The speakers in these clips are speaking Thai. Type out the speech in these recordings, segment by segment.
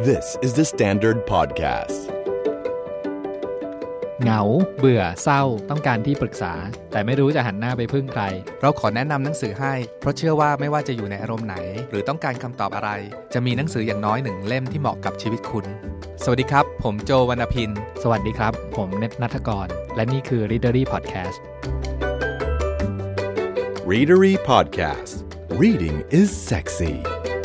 This is the Standard Podcast. เหงาเบื่อเศร้าต้องการที่ปรึกษาแต่ไม่รู้จะหันหน้าไปพึ่งใครเราขอแนะนำหนังสือให้เพราะเชื่อว่าไม่ว่าจะอยู่ในอารมณ์ไหนหรือต้องการคำตอบอะไรจะมีหนังสืออย่างน้อยหนึ่งเล่มที่เหมาะกับชีวิตคุณสวัสดีครับผมโจวรรณพินสวัสดีครับผมเนตณัฐกรและนี่คือ Readery Podcast Readery Podcast Reading is sexy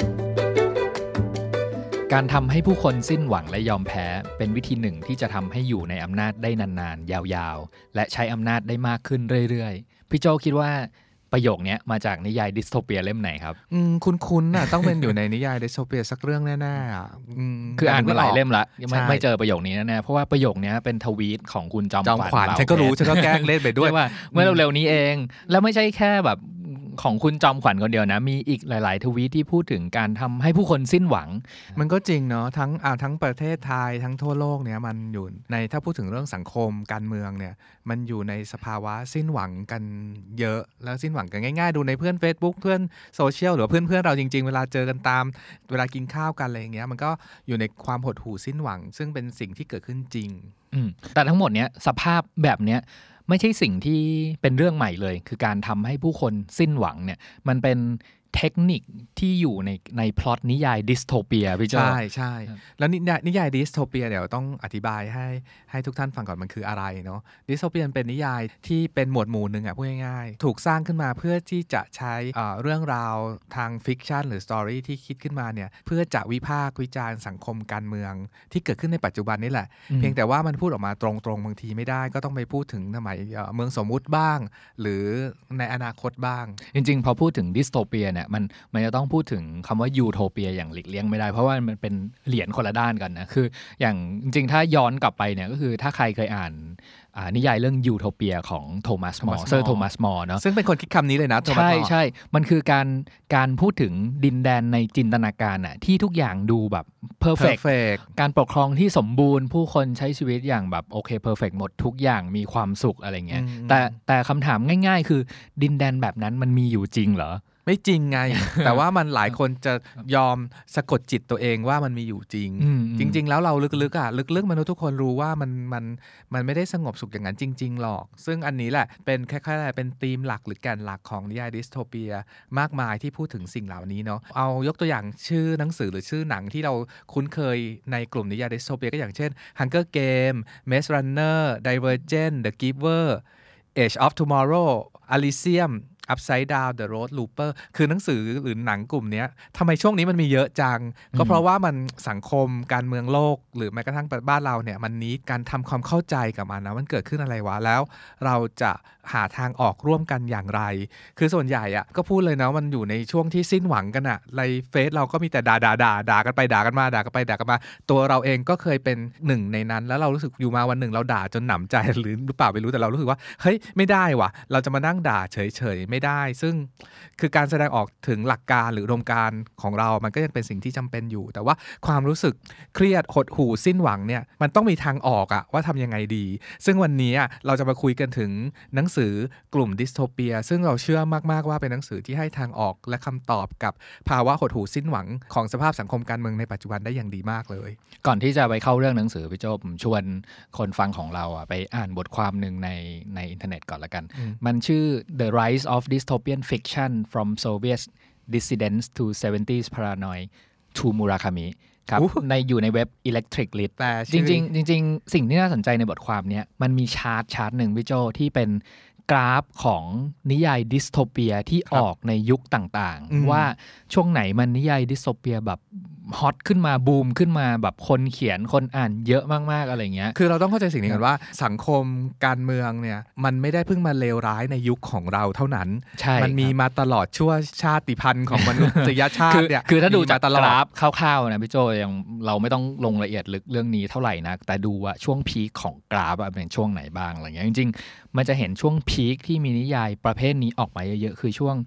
การทำให้ผู้คนสิ้นหวังและยอมแพ้เป็นวิธีหนึ่งที่จะทำให้อยู่ในอำนาจได้นานๆยาวๆและใช้อำนาจได้มากขึ้นเรื่อยๆพี่โจคิดว่าประโยคนี้มาจากนิยายดิสโทเปียเล่มไหนครับคุ้นๆน่ะต้องเป็นอยู่ในนิยายดิสโทเปียสักเรื่องแน่ๆอ่ะคืออ่านมาหลายเล่มละไม่เจอประโยคนี้แน่ๆเพราะว่าประโยคนี้เป็นทวีตของคุณจอมขวัญฉันก็รู้ฉันก็แกล้งเล่นไปด้วยว่าเมื่อเร็วๆนี้เองแล้วไม่ใช่แค่แบบของคุณจอมขวัญคนเดียวนะมีอีกหลายๆทวีตที่พูดถึงการทำให้ผู้คนสิ้นหวังมันก็จริงเนาะทั้งประเทศไทยทั้งทั่วโลกเนี่ยมันอยู่ในถ้าพูดถึงเรื่องสังคมการเมืองเนี่ยมันอยู่ในสภาวะสิ้นหวังกันเยอะแล้วสิ้นหวังกันง่ายๆดูในเพื่อน Facebook เพื่อนโซเชียลหรือเพื่อนเราจริงๆเวลาเจอกันตามเวลากินข้าวกันอะไรอย่างเงี้ยมันก็อยู่ในความหดหู่สิ้นหวังซึ่งเป็นสิ่งที่เกิดขึ้นจริงแต่ทั้งหมดเนี้ยสภาพแบบเนี้ยไม่ใช่สิ่งที่เป็นเรื่องใหม่เลยคือการทำให้ผู้คนสิ้นหวังเนี่ยมันเป็นเทคนิคที่อยู่ในพล็อตนิยายดิสโทเปียพี่เจ้าใช่แล้วนิยายดิสโทเปียเดี๋ยวต้องอธิบายให้ทุกท่านฟังก่อนมันคืออะไรเนาะดิสโทเปียเป็นนิยายที่เป็นหมวดหมู่นึงอ่ะพูดง่ายๆถูกสร้างขึ้นมาเพื่อที่จะใช้เรื่องราวทางฟิกชันหรือสตอรี่ที่คิดขึ้นมาเนี่ยเพื่อจะวิพากษ์วิจารณ์สังคมการเมืองที่เกิดขึ้นในปัจจุบันนี่แหละเพียงแต่ว่ามันพูดออกมาตรงๆบางทีไม่ได้ก็ต้องไปพูดถึงสมัยเมืองสมมุติบ้างหรือในอนาคตบ้างจริงๆพอพูดถึงดิสโทเปียเนี่ยมันจะต้องพูดถึงคำว่ายูโทเปียอย่างหลีกเลี่ยงไม่ได้เพราะว่ามันเป็นเหรียญคนละด้านกันนะคืออย่างจริงๆถ้าย้อนกลับไปเนี่ยก็คือถ้าใครเคยอ่านนิยายเรื่องยูโทเปียของโทมัสมอร์เซอร์โทมัสมอร์เนาะซึ่งเป็นคนคิดคำนี้เลยนะใช่มันคือการพูดถึงดินแดนในจินตนาการน่ะที่ทุกอย่างดูแบบเพอร์เฟกต์การปกครองที่สมบูรณ์ผู้คนใช้ชีวิตอย่างแบบโอเคเพอร์เฟกต์หมดทุกอย่างมีความสุขอะไรเงี้ยแต่คำถามง่ายๆคือดินแดนแบบนั้นมันมีอยู่จริงเหรอไม่จริงไง แต่ว่ามันหลายคนจะยอมสะกดจิตตัวเองว่ามันมีอยู่จริงจริงๆแล้วเราลึกๆมนุษย์ทุกคนรู้ว่ามันไม่ได้สงบสุขอย่างนั้นจริงๆหรอกซึ่งอันนี้แหละเป็นคล้ายๆเป็นธีมหลักหรือแก่นหลักของนิยายดิสโทเปียมากมายที่พูดถึงสิ่งเหล่านี้เนาะเอายกตัวอย่างชื่อหนังสือหรือชื่อหนังที่เราคุ้นเคยในกลุ่มนิยายดิสโทเปียก็อย่างเช่น Hunger Game Maze Runner Divergent The Giver Age of Tomorrow Elysium Upside Down The Road Looper คือหนังสือหรือหนังกลุ่มนี้ทำไมช่วงนี้มันมีเยอะจังก็เพราะว่ามันสังคมการเมืองโลกหรือแม้กระทั่งบ้านเราเนี่ยมันนี้การทำความเข้าใจกับมันนะมันเกิดขึ้นอะไรวะแล้วเราจะหาทางออกร่วมกันอย่างไรคือส่วนใหญ่อ่ะก็พูดเลยนะมันอยู่ในช่วงที่สิ้นหวังกันอ่ะในเฟซเราก็มีแต่ด่ากันไปด่ากันมาด่ากันไปด่ากันมาตัวเราเองก็เคยเป็นหนึ่งในนั้นแล้วเรารู้สึกอยู่มาวันหนึ่งเราด่าจนหนำใจหรือเปล่าไม่รู้แต่เรารู้สึกว่าเฮ้ยไม่ได้ว่ะเราจะมานั่งด่าเฉยๆไม่ได้ซึ่งคือการแสดงออกถึงหลักการหรืออุดมการณ์ของเรามันก็ยังเป็นสิ่งที่จำเป็นอยู่แต่ว่าความรู้สึกเครียดหดหู่สิ้นหวังเนี่ยมันต้องมีทางออกอะว่าทำยังไงดีซึ่งวันนี้เราจะมาคุยกันถึงหนังสือกลุ่มดิสโทเปียซึ่งเราเชื่อมากๆว่าเป็นหนังสือที่ให้ทางออกและคำตอบกับภาวะหดหู่สิ้นหวังของสภาพสังคมการเมืองในปัจจุบันได้อย่างดีมากเลยก่อนที่จะไปเข้าเรื่องหนังสือพี่โจผมชวนคนฟังของเราไปอ่านบทความหนึ่งในอินเทอร์เน็ตก่อนละกันมันชื่อ The Rise of Dystopian Fiction from Soviet Dissidents to 70s Paranoid to Murakami ครับอยู่ในเว็บ Electric Lit จริงสิ่งที่น่าสนใจในบทความนี้มันมีชาร์ตหนึ่งพี่โจที่เป็นกราฟของนิยายดิสโทเปียที่ออกในยุคต่างๆว่าช่วงไหนมันนิยายดิสโทเปียแบบฮอตขึ้นมาบูมขึ้นมาแบบคนเขียนคนอ่านเยอะมากๆอะไรเงี้ยคือเราต้องเข้าใจสิ่งนี้กันว่าสังคมการเมืองเนี่ยมันไม่ได้เพิ่งมาเลวร้ายในยุคของเราเท่านั้นมันมีมาตลอดชั่วชาติพันธุ์ของมนุษยชาติเนี่ยคือถ้าดูจากกราฟคร่าวๆนะพี่โจยังเราไม่ต้องลงละเอียดลึกเรื่องนี้เท่าไหร่นะแต่ดูว่าช่วงพีคของกราฟเป็นช่วงไหนบ้างอะไรเงี้ยจริงๆมันจะเห็นช่วงพีคที่มีนิยายประเภทนี้ออกมาเยอะๆคือช่วง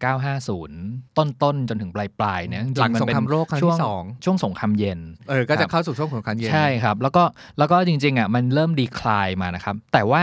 1950ต้นจนถึงปลายๆเนี่ยหลังสงครามโลกครั้งที่ช่วงสงครามเย็นก็จะเข้าสู่ช่วงสงครามเย็นใช่ครับแล้วก็จริงๆมันเริ่มดีคลายมานะครับแต่ว่า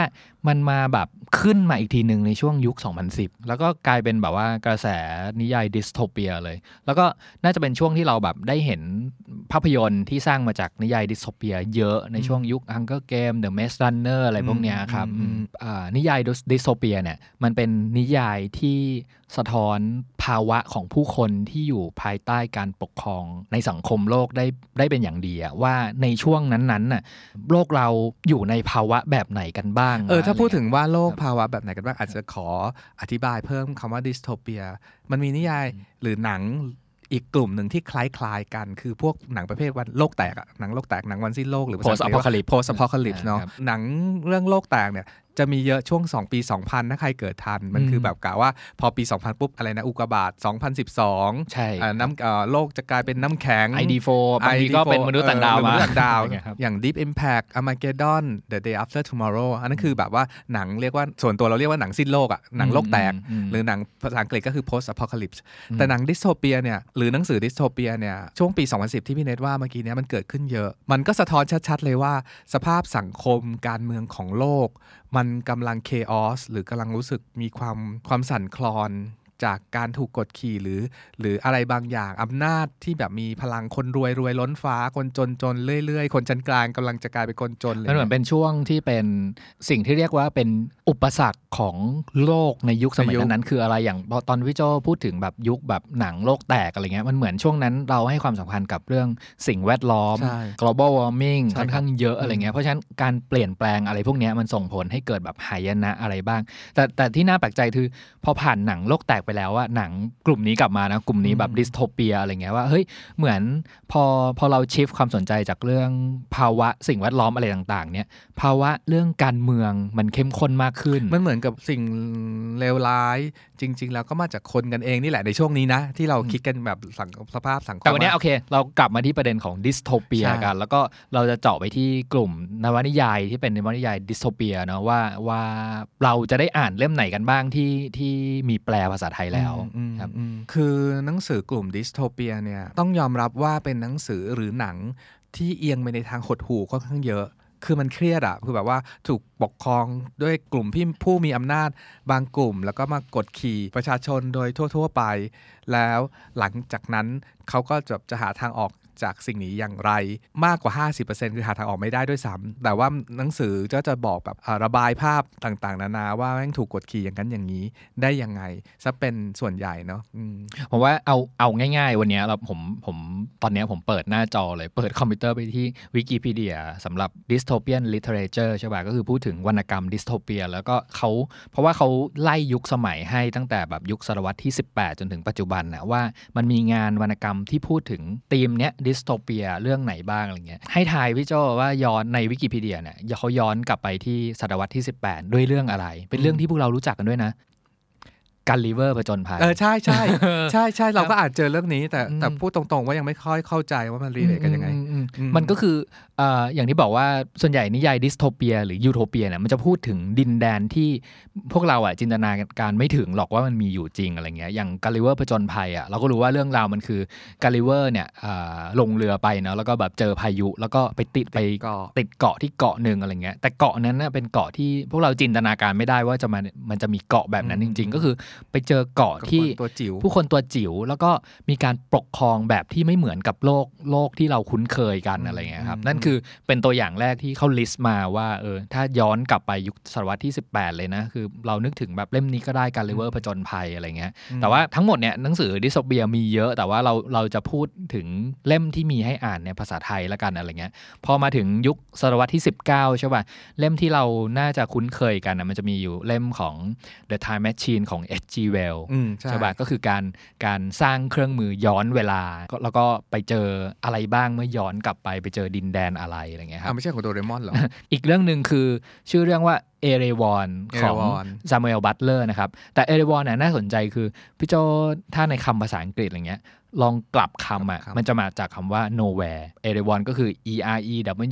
มันมาแบบขึ้นมาอีกทีหนึ่งในช่วงยุค 2010 แล้วก็กลายเป็นแบบว่ากระแสนิยายดิสโทเปียเลยแล้วก็น่าจะเป็นช่วงที่เราแบบได้เห็นภาพยนตร์ที่สร้างมาจากนิยายดิสโทเปียเยอะในช่วงยุค Hunger Game The Maze Runner อะไรพวกเนี้ยครับนิยายดิสโทเปียเนี่ยมันเป็นนิยายที่สะท้อนภาวะของผู้คนที่อยู่ภายใต้การปกครองในสังคมโลกได้เป็นอย่างดีว่าในช่วงนั้นน่ะโลกเราอยู่ในภาวะแบบไหนกันบ้างถ้าพูดถึงว่าโลกภาวะแบบไหนกันบ้างอาจจะขออธิบายเพิ่มคำว่าดิสโทเปียมันมีนิยายหรือหนังอีกกลุ่มหนึ่งที่คล้ายๆกันคือพวกหนังประเภทวันโลกแตกหนังโลกแตกหนังวันสิ้นโลกหรือ Post Apocalypse เนาะหนังเรื่องโลกแตกเนี่ยจะมีเยอะช่วง2ปี2000ถ้าใครเกิดทันมันคือแบบกะว่าพอปี2000ปุ๊บอะไรนะอุกกาบาต2012 ใช่น้ำโลกจะกลายเป็นน้ำแข็ง ID4 บางทีก็เป็นมนุษย์ต่างดาวมาอย่าง Deep Impact Armageddon The Day After Tomorrow อันนั้นคือแบบว่าหนังเรียกว่าส่วนตัวเราเรียกว่าหนังสิ้นโลกหนังโลกแตกหรือหนังภาษาอังกฤษก็คือ Post Apocalypse แต่หนังดิสโทเปียเนี่ยหรือหนังสือดิสโทเปียเนี่ยช่วงปี2010ที่พี่เนทว่าเมื่อกี้เนี่ยมันเกิดขึ้นเยอะมันก็สะท้อนชัดๆเลยว่าสภาพสังคมการเมืองของโลกมันกำลัง chaos หรือกำลังรู้สึกมีความสั่นคลอนจากการถูกกดขี่หรืออะไรบางอย่างอำนาจที่แบบมีพลังคนรวยล้นฟ้าคนจนเรื่อยๆคนชั้นกลางกำลังจะกลายเป็นคนจนเลยมันเหมือนเป็นช่วงที่เป็นสิ่งที่เรียกว่าเป็นอุปสรรคของโลกในยุคสมัยนั้นคืออะไรอย่างตอนพี่โจพูดถึงแบบยุคแบบหนังโลกแตกอะไรเงี้ยมันเหมือนช่วงนั้นเราให้ความสำคัญกับเรื่องสิ่งแวดล้อม global warming ค่อนข้างเยอะอะไรเงี้ยเพราะฉะนั้นการเปลี่ยนแปลงอะไรพวกนี้มันส่งผลให้เกิดแบบหายนะอะไรบ้างแต่ที่น่าแปลกใจคือพอผ่านหนังโลกแตกไปแล้วอะหนังกลุ่มนี้กลับมานะกลุ่มนี้แบบดิสโทเปียอะไรเงี้ยว่าเฮ้ยเหมือนพอเราชิฟความสนใจจากเรื่องภาวะสิ่งแวดล้อมอะไรต่างๆเนี่ยภาวะเรื่องการเมืองมันเข้มข้นมากขึ้นมันเหมือนกับสิ่งเลวร้ายจริงๆแล้วก็มาจากคนกันเองนี่แหละในช่วงนี้นะที่เราคิดกันแบบสภาพสังคมแต่วันนี้โอเคเรากลับมาที่ประเด็นของดิสโทเปียกันแล้วก็เราจะเจาะไปที่กลุ่มนวนิยายที่เป็นนวนิยายดิสโทเปียเนาะว่าเราจะได้อ่านเล่มไหนกันบ้างที่มีแปลภาษาไทยแล้วครับคือหนังสือกลุ่มดิสโทเปียเนี่ยต้องยอมรับว่าเป็นหนังสือหรือหนังที่เอียงไปในทางหดหู่ค่อนข้างเยอะคือมันเครียดคือแบบว่าถูกปกครองด้วยกลุ่มผู้มีอำนาจบางกลุ่มแล้วก็มากดขี่ประชาชนโดยทั่วไปแล้วหลังจากนั้นเขาก็จะหาทางออกจากสิ่งนี้อย่างไรมากกว่า 50% คือหาทางออกไม่ได้ด้วยซ้ำแต่ว่าหนังสือก็จะบอกแบบระบายภาพต่างๆนานาว่าแม่งถูกกดขี่อย่างนั้นอย่างนี้ได้ยังไงซะเป็นส่วนใหญ่เนาะผมว่าเอาง่ายๆวันนี้ผมตอนนี้ผมเปิดหน้าจอเลยเปิดคอมพิวเตอร์ไปที่วิกิพีเดียสำหรับ dystopian literature ใช่ป่ะก็คือพูดถึงวรรณกรรมดิสโทเปียแล้วก็เพราะว่าเขาไล่ยุคสมัยให้ตั้งแต่แบบยุคศตวรรษที่18จนถึงปัจจุบันนะว่ามันมีงานวรรณกรรมที่พูดถึงธีมเนี้ยดิสโทเปียเรื่องไหนบ้างอะไรเงี้ยให้ทายพี่โจว่าย้อนในวิกิพีเดียเนี่ยเขาย้อนกลับไปที่ศตวรรษที่18ด้วยเรื่องอะไรเป็นเรื่องที่พวกเรารู้จักกันด้วยนะกันลิเวอร์ผจญภัยใช่ใช่ใช่ใช่เราก็อาจเจอเรื่องนี้แต่พูดตรงๆว่ายังไม่ค่อยเข้าใจว่ามันรีเลทกันยังไงมันก็คืออย่างที่บอกว่าส่วนใหญ่นิยายดิสโทเปียหรือยูโทเปียเนี่ยมันจะพูดถึงดินแดนที่พวกเราจินตนาการไม่ถึงหรอกว่ามันมีอยู่จริงอะไรเงี้ยอย่างกันลิเวอร์ผจญภัยเราก็รู้ว่าเรื่องราวมันคือกันลิเวอร์เนี่ยลงเรือไปเนาะแล้วก็แบบเจอพายุแล้วก็ไปติดเกาะที่เกาะนึงอะไรเงี้ยแต่เกาะนั้นน่ะเป็นเกาะที่พวกเราจินตนาการไม่ได้ว่ามันจะมีเกาะแบบนั้นจริงๆก็คือไปเจอเกาะที่ผู้คนตัวจิ๋วแล้วก็มีการปกครองแบบที่ไม่เหมือนกับโลกที่เราคุ้นเคยกันอะไรเงี้ยครับนั่นคือเป็นตัวอย่างแรกที่เขาลิสต์มาว่าถ้าย้อนกลับไปยุคศตวรรษที่18เลยนะคือเรานึกถึงแบบเล่มนี้ก็ได้กันลิเวอร์ผจญภัยอะไรเงี้ยแต่ว่าทั้งหมดเนี่ยหนังสือดิสโทเปียมีเยอะแต่ว่าเราจะพูดถึงเล่มที่มีให้อ่านในภาษาไทยละกันอะไรเงี้ยพอมาถึงยุคศตวรรษที่19ใช่ป่ะเล่มที่เราน่าจะคุ้นเคยกันมันจะมีอยู่เล่มของ The Time Machine ของ H.G. Wellsใช่ป่ะก็คือการสร้างเครื่องมือย้อนเวลาแล้วก็ไปเจออะไรบ้างเมื่อย้อนกลับไปเจอดินแดนอะไรเงี้ยครับไม่ใช่ของโดเรมอนหรออีกเรื่องนึงคือชื่อเรื่องว่าเอเรวอนของซามูเอลบัตเลอร์นะครับแต่เอเรวอนน่าสนใจคือพี่โจถ้าในคำภาษาอังกฤษอะไรเงี้ยลองกลับคำมันจะมาจากคำว่า nowhere เอเรวอนก็คือ E R E W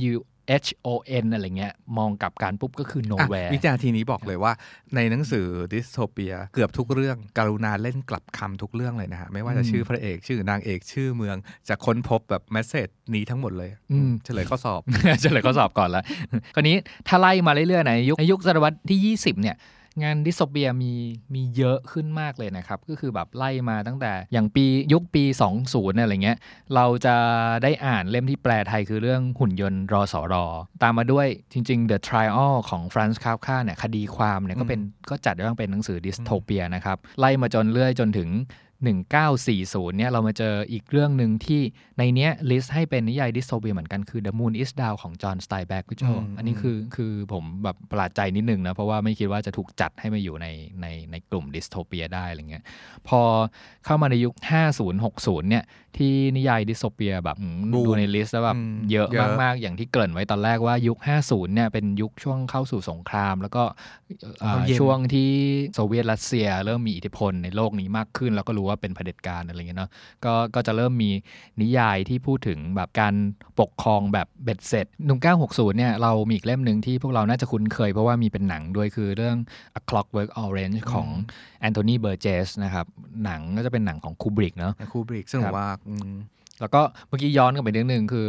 HON อะไรเงี้ยมองกลับกันปุ๊บก็คือ nowhere วิจารณ์ทีนี้บอกเลยว่าในหนังสือดิสโทเปียเกือบทุกเรื่องกรุณาเล่นกลับคำทุกเรื่องเลยนะฮะไม่ว่าจะชื่อพระเอกชื่อนางเอกชื่อเมืองจะค้นพบแบบเมสเสจนี้ทั้งหมดเลยเฉลยข้อสอบเฉลยข้อสอบก่อนแล้วคราวนี้ถ้าไล่มาเรื่อยๆในยุคศตวรรษที่20เนี่ยงานดิสโทเปียมีเยอะขึ้นมากเลยนะครับก็คือแบบไล่มาตั้งแต่อย่างยุคปี20อะไรเงี้ยเราจะได้อ่านเล่มที่แปลไทยคือเรื่องหุ่นยนต์รสร.ตามมาด้วยจริงๆ The Trial ของฟรานซ์คาฟคาเนี่ยคดีความเนี่ยก็จัดว่าเป็นหนังสือดิสโทเปียนะครับไล่มาเรื่อยจนถึง1940เนี่ยเรามาเจออีกเรื่องหนึ่งที่ในเนี้ยลิสต์ให้เป็นนิยายดิสโทเปียเหมือนกันคือ The Moon is Down ของจอห์นสไตน์แบ็กพี่โจอันนี้คือผมแบบประหลาดใจนิดนึงนะเพราะว่าไม่คิดว่าจะถูกจัดให้มาอยู่ในกลุ่มดิสโทเปียได้อะไรเงี้ยพอเข้ามาในยุค50-60เนี่ยที่นิยายดิสโทเปียแบบดูในลิสต์แล้วแบบเยอะมากๆอย่างที่เกริ่นไว้ตอนแรกว่ายุค50เนี่ยเป็นยุคช่วงเข้าสู่สงครามแล้วก็ช่วงที่โซเวียตรัสเซียเริ่มมีอิทธิพลในโลกนี้มากขึ้นแล้วก็รู้ว่าเป็นเผด็จการอะไรเงี้ยเนาะก็จะเริ่มมีนิยายที่พูดถึงแบบการปกครองแบบเบ็ดเสร็จ1960เนี่ยเรามีอีกเล่มนึงที่พวกเราน่าจะคุ้นเคยเพราะว่ามีเป็นหนังด้วยคือเรื่อง A Clockwork Orange ของแอนโทนีเบอร์เจสนะครับหนังก็จะเป็นหนังของคูบริกเนาะคูบริกซึ่งว่าแล้วก็เมื่อกี้ย้อนกลับไปนิดนึงคือ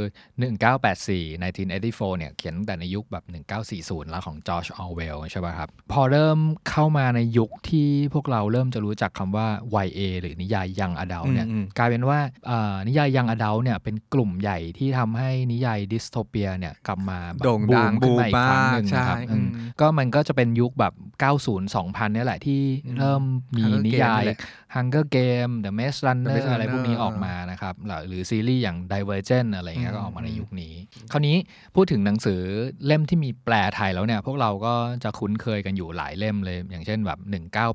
1984เนี่ยเขียนตั้งแต่ในยุคแบบ1940แล้วของจอร์จออร์เวลใช่ป่ะครับพอเริ่มเข้ามาในยุคที่พวกเราเริ่มจะรู้จักคำว่า YA หรือนิยายยังอดัลเนี่ยกลายเป็นว่านิยายยังอดัลเนี่ยเป็นกลุ่มใหญ่ที่ทำให้นิยายดิสโทเปียเนี่ยกลับมาโด่งดังขึ้นมาอีกครั้งนึงนะครับก็มันก็จะเป็นยุคแบบ90-2000เนี่ยแหละที่เริ่มมีนิยาย Hunger Game The Maze Runner อะไรพวกนี้ออกมานะครับหรือซีรีส์อย่าง Divergent อะไรเงี้ยก็ออกมาในยุคนี้คราวนี้พูดถึงหนังสือเล่มที่มีแปลไทยแล้วเนี่ยพวกเราก็จะคุ้นเคยกันอยู่หลายเล่มเลยอย่างเช่นแบบ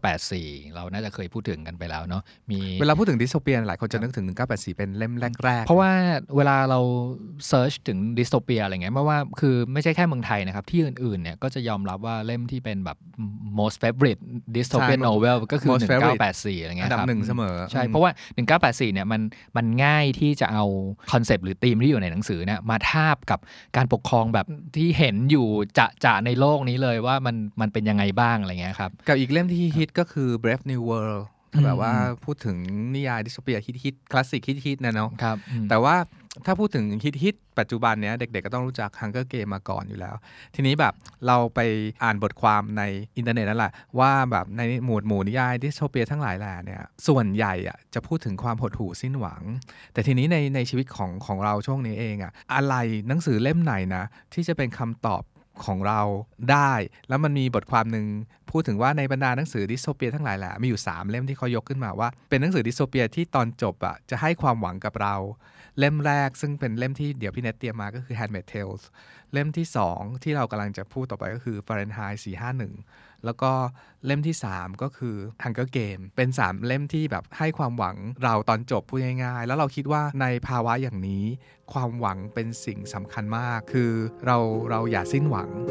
1984เราน่าจะเคยพูดถึงกันไปแล้วเนาะมีเวลาพูดถึงดิสโทเปียหลายคนจะนึกถึง1984เป็นเล่มแรกๆเพราะว่าเวลาเราเซิร์ชถึงดิสโทเปียอะไรเงี้ยไม่ว่าคือไม่ใช่แค่เมืองไทยนะครับที่อื่นๆเนี่ยก็จะยอมรับว่าเล่มที่เป็นแบบ most favorite dystopian novel ก็คือ1984อะไรเงี้ยอันดับหนึ่งเสมอใช่เพราะว่า1984เนี่ยมันง่ายที่จะเอาคอนเซปต์หรือธีมที่อยู่ในหนังสือเนี่ยมาทาบกับการปกครองแบบที่เห็นอยู่จะในโลกนี้เลยว่ามันเป็นยังไงบ้างอะไรเงี้ยครับกับอีกเล่มที่ฮิตก็คือ Brave New World แบบว่าพูดถึงนิยายดิสโทเปียฮิตคลาสสิกฮิตนะเนาะแต่ว่าถ้าพูดถึงฮิตปัจจุบันเนี้ยเด็กๆก็ต้องรู้จัก Hunger Game มาก่อนอยู่แล้วทีนี้แบบเราไปอ่านบทความในอินเทอร์เน็ตนั่นแหละว่าแบบในหมู่นิยายดิสโทเปียทั้งหลายแหล่เนี่ยส่วนใหญ่อะจะพูดถึงความหดหู่สิ้นหวังแต่ทีนี้ในชีวิตของเราช่วงนี้เองอะอะไรหนังสือเล่มไหนนะที่จะเป็นคำตอบของเราได้แล้วมันมีบทความหนึ่งพูดถึงว่าในบรรดาหนังสือดิสโทเปียทั้งหลายแหละมีอยู่3เล่มที่เขายกขึ้นมาว่าเป็นหนังสือดิสโทเปียที่ตอนจบอ่ะจะให้ความหวังกับเราเล่มแรกซึ่งเป็นเล่มที่เดี๋ยวพี่เน็ตเตรียมมาก็คือ Handmaid's Tale เล่มที่2ที่เรากำลังจะพูดต่อไปก็คือ Fahrenheit 451แล้วก็เล่มที่3ก็คือ Hunger Game เป็น3เล่มที่แบบให้ความหวังเราตอนจบพูดง่ายๆแล้วเราคิดว่าในภาวะอย่างนี้ความหวังเป็นสิ่งสำคัญมากคือเราอย่าสิ้นหวัง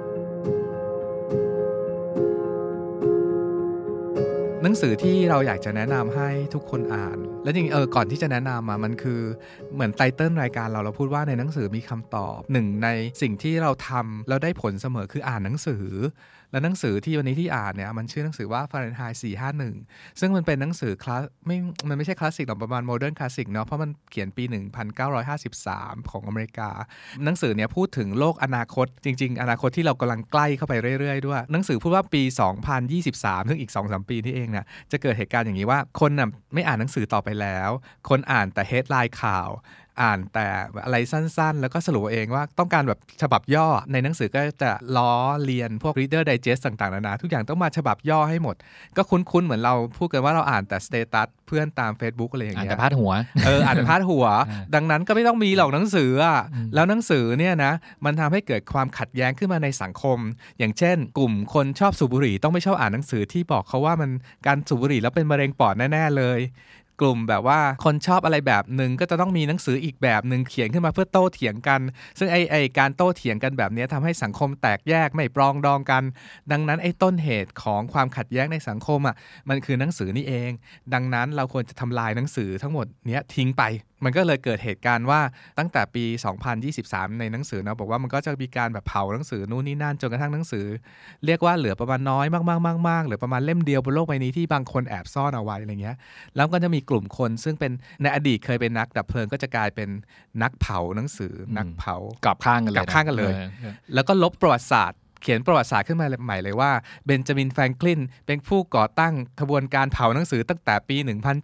หนังสือที่เราอยากจะแนะนำให้ทุกคนอ่านและจริงก่อนที่จะแนะนำมันคือเหมือนไตเติ้ลรายการเราพูดว่าในหนังสือมีคำตอบหนึ่งในสิ่งที่เราทำแล้วได้ผลเสมอคืออ่านหนังสือและหนังสือที่วันนี้ที่อ่านเนี่ยมันชื่อหนังสือว่า Fahrenheit 451ซึ่งมันเป็นหนังสือมันไม่ใช่คลาสสิกหรอกประมาณโมเดิร์นคลาสสิกเนาะเพราะมันเขียนปี1953ของอเมริกาหนังสือเนี่ยพูดถึงโลกอนาคตจริงๆอนาคตที่เรากำลังใกล้เข้าไปเรื่อยๆด้วยหนังสือพูดว่าปี2023ซึ่งอีก 2-3 ปีนี่เองเนี่ยจะเกิดเหตุการณ์อย่างนี้ว่าคนน่ะไม่อ่านหนังสือต่อไปแล้วคนอ่านแต่เฮดไลน์ข่าวอ่านแต่อะไรสั้นๆแล้วก็สรุปเองว่าต้องการแบบฉบับย่อในหนังสือก็จะล้อเลียนพวก Reader Digest ต่างๆนานาทุกอย่างต้องมาฉบับย่อให้หมดก็คุ้นๆเหมือนเราพูดกันว่าเราอ่านแต่สเตตัสเพื่อนตาม Facebook อะไรอย่างเงี้ยอ่านแต่พาดหัวอ่านแต่พาดหัวดังนั้นก็ไม่ต้องมีหรอกหนังสืออ่ะแล้วหนังสือเนี่ยนะมันทำให้เกิดความขัดแย้งขึ้นมาในสังคมอย่างเช่นกลุ่มคนชอบสูบบุหรี่ต้องไม่ชอบอ่านหนังสือที่บอกเขาว่ามันการสูบบุหรี่แล้วเป็นมะเร็งปอดแน่ๆเลยกลุ่มแบบว่าคนชอบอะไรแบบนึงก็จะต้องมีหนังสืออีกแบบนึงเขียนขึ้นมาเพื่อโต้เถียงกันซึ่งไอการโต้เถียงกันแบบนี้ทำให้สังคมแตกแยกไม่ปรองดองกันดังนั้นไอ้ต้นเหตุของความขัดแย้งในสังคมอ่ะมันคือหนังสือนี่เองดังนั้นเราควรจะทำลายหนังสือทั้งหมดเนี้ยทิ้งไปมันก็เลยเกิดเหตุการณ์ว่าตั้งแต่ปี 2023 ในหนังสือนะบอกว่ามันก็จะมีการแบบเผาหนังสือนู่นนี่นั่นจนกระทั่งหนังสือเรียกว่าเหลือประมาณน้อยมากๆๆๆเหลือประมาณเล่มเดียวบนโลกใบนี้ที่บางคนแอบซ่อนเอาไว้อะไรเงี้ยแล้วก็จะมีกลุ่มคนซึ่งเป็นในอดีตเคยเป็นนักดับเพลิงก็จะกลายเป็นนักเผาหนังสือนักเผากลับข้างกันเลยแล้วก็ลบประวัติศาสตร์เขียนประวัติศาสตร์ขึ้นมาใหม่เลยว่าเบนจามินแฟรงคลินเป็นผู้ก่อตั้งขบวนการเผาหนังสือตั้งแต่ปี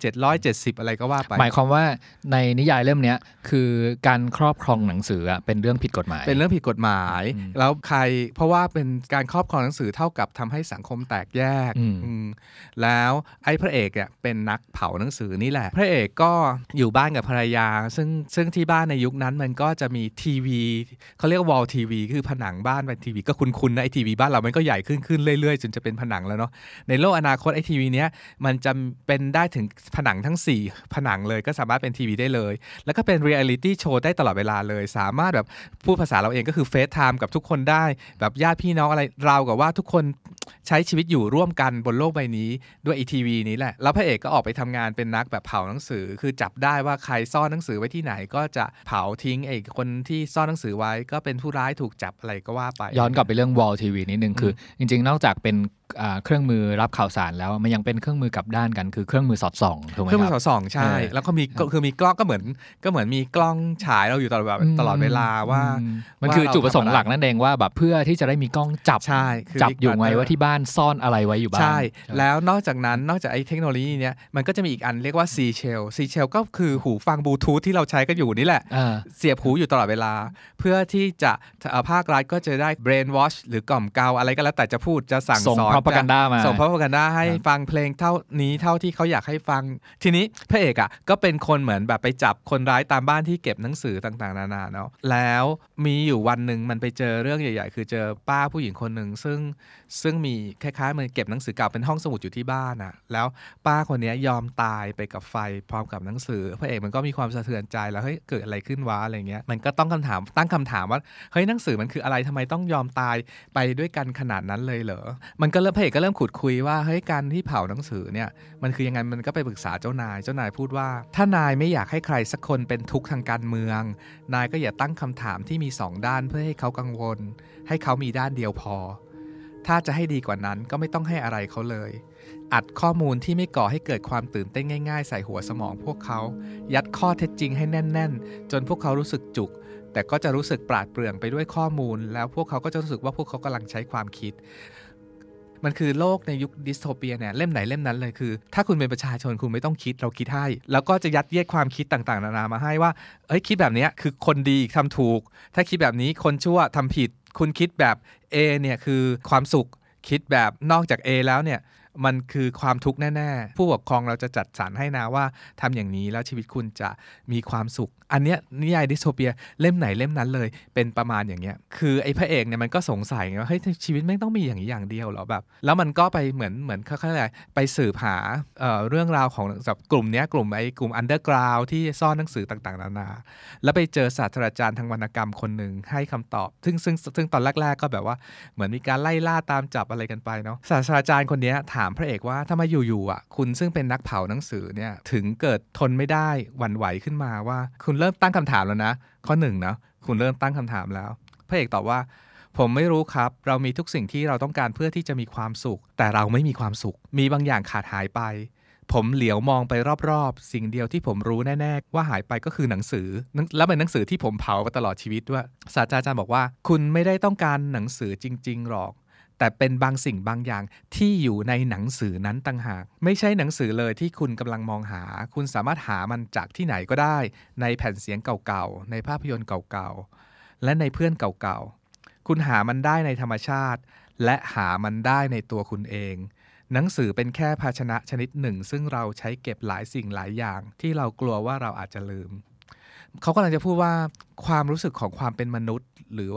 1770 อะไรก็ว่าไปหมายความว่าในนิยายเล่มนี้คือการครอบครองหนังสือเป็นเรื่องผิดกฎหมายแล้วใครเพราะว่าเป็นการครอบครองหนังสือเท่ากับทำให้สังคมแตกแยกแล้วไอ้พระเอกเนี่ยเป็นนักเผาหนังสือนี่แหละพระเอกก็อยู่บ้านกับภรรยาซึ่งที่บ้านในยุคนั้นมันก็จะมีทีวีเขาเรียกวอลทีวีคือผนังบ้านเป็นทีวีก็คุณนะไอทีวีบ้านเรามันก็ใหญ่ขึ้นเรื่อยๆจนจะเป็นผนังแล้วเนาะในโลกอนาคตไอทีวีเนี้ยมันจะเป็นได้ถึงผนังทั้ง4ผนังเลยก็สามารถเป็นทีวีได้เลยแล้วก็เป็นเรียลิตี้โชว์ได้ตลอดเวลาเลยสามารถแบบพูดภาษาเราเองก็คือเฟซไทม์กับทุกคนได้แบบญาติพี่น้องอะไรเรากับว่าทุกคนใช้ชีวิตอยู่ร่วมกันบนโลกใบนี้ด้วยไอทีวีนี้แหละแล้วพระเอกก็ออกไปทำงานเป็นนักแบบเผาหนังสือคือจับได้ว่าใครซ่อนหนังสือไว้ที่ไหนก็จะเผาทิ้งไอคนที่ซ่อนหนังสือไว้ก็เป็นผู้ร้ายถูกจับอะไรก็ว่าไปย้อนกลับไปเรื่อง Wall TV นิดนึงคือจริงๆนอกจากเป็นเครื่องมือรับข่าวสารแล้วมันยังเป็นเครื่องมือกลับด้านกันคือเครื่องมือสอดส่องถูกไหมครับเครื่องมือสอดส่องใช่แล้วก็มีกล้องก็เหมืมือนมีกล้องฉายเราอยู่ตลอดเวลาว่ามันคือจุดประสงค์หลักนั่นเองว่าแบบเพื่อที่จะได้มีกล้องจับอยู่ไงว่าที่บ้านซ่อนอะไรไว้อยู่บ้างใช่แล้วนอกจากไอ้เทคโนโลยีเนี้ยมันก็จะมีอีกอันเรียกว่า C-Shell ก็คือหูฟังบลูทูธที่เราใช้กันอยู่นี่แหละเสียบหูอยู่ตลอดเวลาเพื่อที่จะภาครัฐก็จะได้ brain wash หรือกล่อมเกลาอะไรก็แล้วแต่จะพูดจะสั่งสอนส่งpropaganda ให้ฟังเพลงเท่าที่เขาอยากให้ฟังทีนี้พระเอกอ่ะก็เป็นคนเหมือนแบบไปจับคนร้ายตามบ้านที่เก็บหนังสือต่างๆนานาเนาะแล้วมีอยู่วันนึงมันไปเจอเรื่องใหญ่ๆคือเจอป้าผู้หญิงคนนึงซึ่งมีคล้ายๆมันเก็บหนังสือเก่าเป็นห้องสมุดอยู่ที่บ้านอ่ะแล้วป้าคนนี้ยอมตายไปกับไฟพร้อมกับหนังสือพระเอกมันก็มีความสะเทือนใจแล้วเฮ้ยเกิดอะไรขึ้นวะอะไรเงี้ยมันก็ตั้งคำถามว่าเฮ้ยหนังสือมันคืออะไรทำไมต้องยอมตายไปด้วยกันขนาดนั้นเลยเหรอมันก็พระเอกก็เริ่มขุดคุยว่าเฮ้ยการที่เผาหนังสือเนี่ยมันคือยังไงมันก็ไปปรึกษาเจ้านายพูดว่าถ้านายไม่อยากให้ใครสักคนเป็นทุกข์ทางการเมืองนายก็อย่าตั้งคำถามที่มี2ด้านเพื่อให้เขากังวลให้เขามีด้านเดียวพอถ้าจะให้ดีกว่านั้นก็ไม่ต้องให้อะไรเขาเลยอัดข้อมูลที่ไม่ก่อให้เกิดความตื่นเต้นง่ายๆใส่หัวสมองพวกเขายัดข้อเท็จจริงให้แน่นๆจนพวกเขารู้สึกจุกแต่ก็จะรู้สึกปราดเปรื่องไปด้วยข้อมูลแล้วพวกเขาก็จะรู้สึกว่าพวกเขากำลังใช้ความคิดมันคือโลกในยุคดิสโทเปียเนี่ยเล่มไหนเล่มนั้นเลยคือถ้าคุณเป็นประชาชนคุณไม่ต้องคิดเราคิดให้แล้วก็จะยัดเยียดความคิดต่างๆนานามาให้ว่าเอ้ยคิดแบบนี้คือคนดีทำถูกถ้าคิดแบบนี้คนชั่วทำผิดคุณคิดแบบ A เนี่ยคือความสุขคิดแบบนอกจาก A แล้วเนี่ยมันคือความทุกข์แน่ๆผู้ปกครองเราจะจัดสรรให้นะว่าทำอย่างนี้แล้วชีวิตคุณจะมีความสุขอันเนี้ยนิยายดิสโทเปียเล่มไหนเล่มนั้นเลยเป็นประมาณอย่างเงี้ยคือไอ้พระเอกเนี่ยมันก็สงสัยไงว่าเฮ้ยชีวิตไม่ต้องมีอย่างนี้อย่างเดียวหรอแบบแล้วมันก็ไปเหมือนค่อยๆอะไรไปสืบหาเรื่องราวของแบบกลุ่มเนี้ยกลุ่มอันเดอร์กราวด์ที่ซ่อนหนังสือต่างๆนานาแล้วไปเจอศาสตราจารย์ทางวรรณกรรมคนหนึ่งให้คำตอบซึ่งตอนแรกๆก็แบบว่าเหมือนมีการไล่ล่าตามจับอะไรกันไปเนาะศาสตราจารย์คนนี้ถามพระเอกว่าทำไมอยู่ๆอ่ะคุณซึ่งเป็นนักเผาหนังสือเนี่ยถึงเกิดทนไม่ได้หวั่นไหวขึ้นมาว่าคุณเริ่มตั้งคำถามแล้วนะข้อหนึ่งนะคุณเริ่มตั้งคำถามแล้วพระเอกตอบว่าผมไม่รู้ครับเรามีทุกสิ่งที่เราต้องการเพื่อที่จะมีความสุขแต่เราไม่มีความสุขมีบางอย่างขาดหายไปผมเหลียวมองไปรอบๆสิ่งเดียวที่ผมรู้แน่ๆว่าหายไปก็คือหนังสือแล้วเป็นหนังสือที่ผมเผาไปตลอดชีวิตด้วยศาสตราจารย์บอกว่าคุณไม่ได้ต้องการหนังสือจริงๆหรอกแต่เป็นบางสิ่งบางอย่างที่อยู่ในหนังสือนั้นต่างหากไม่ใช่หนังสือเลยที่คุณกำลังมองหาคุณสามารถหามันจากที่ไหนก็ได้ในแผ่นเสียงเก่าๆในภาพยนตร์เก่าๆและในเพื่อนเก่าๆคุณหามันได้ในธรรมชาติและหามันได้ในตัวคุณเองหนังสือเป็นแค่ภาชนะชนิดหนึ่งซึ่งเราใช้เก็บหลายสิ่งหลายอย่างที่เรากลัวว่าเราอาจจะลืมเขากำลังจะพูดว่าความรู้สึกของความเป็นมนุษย์หรือว่า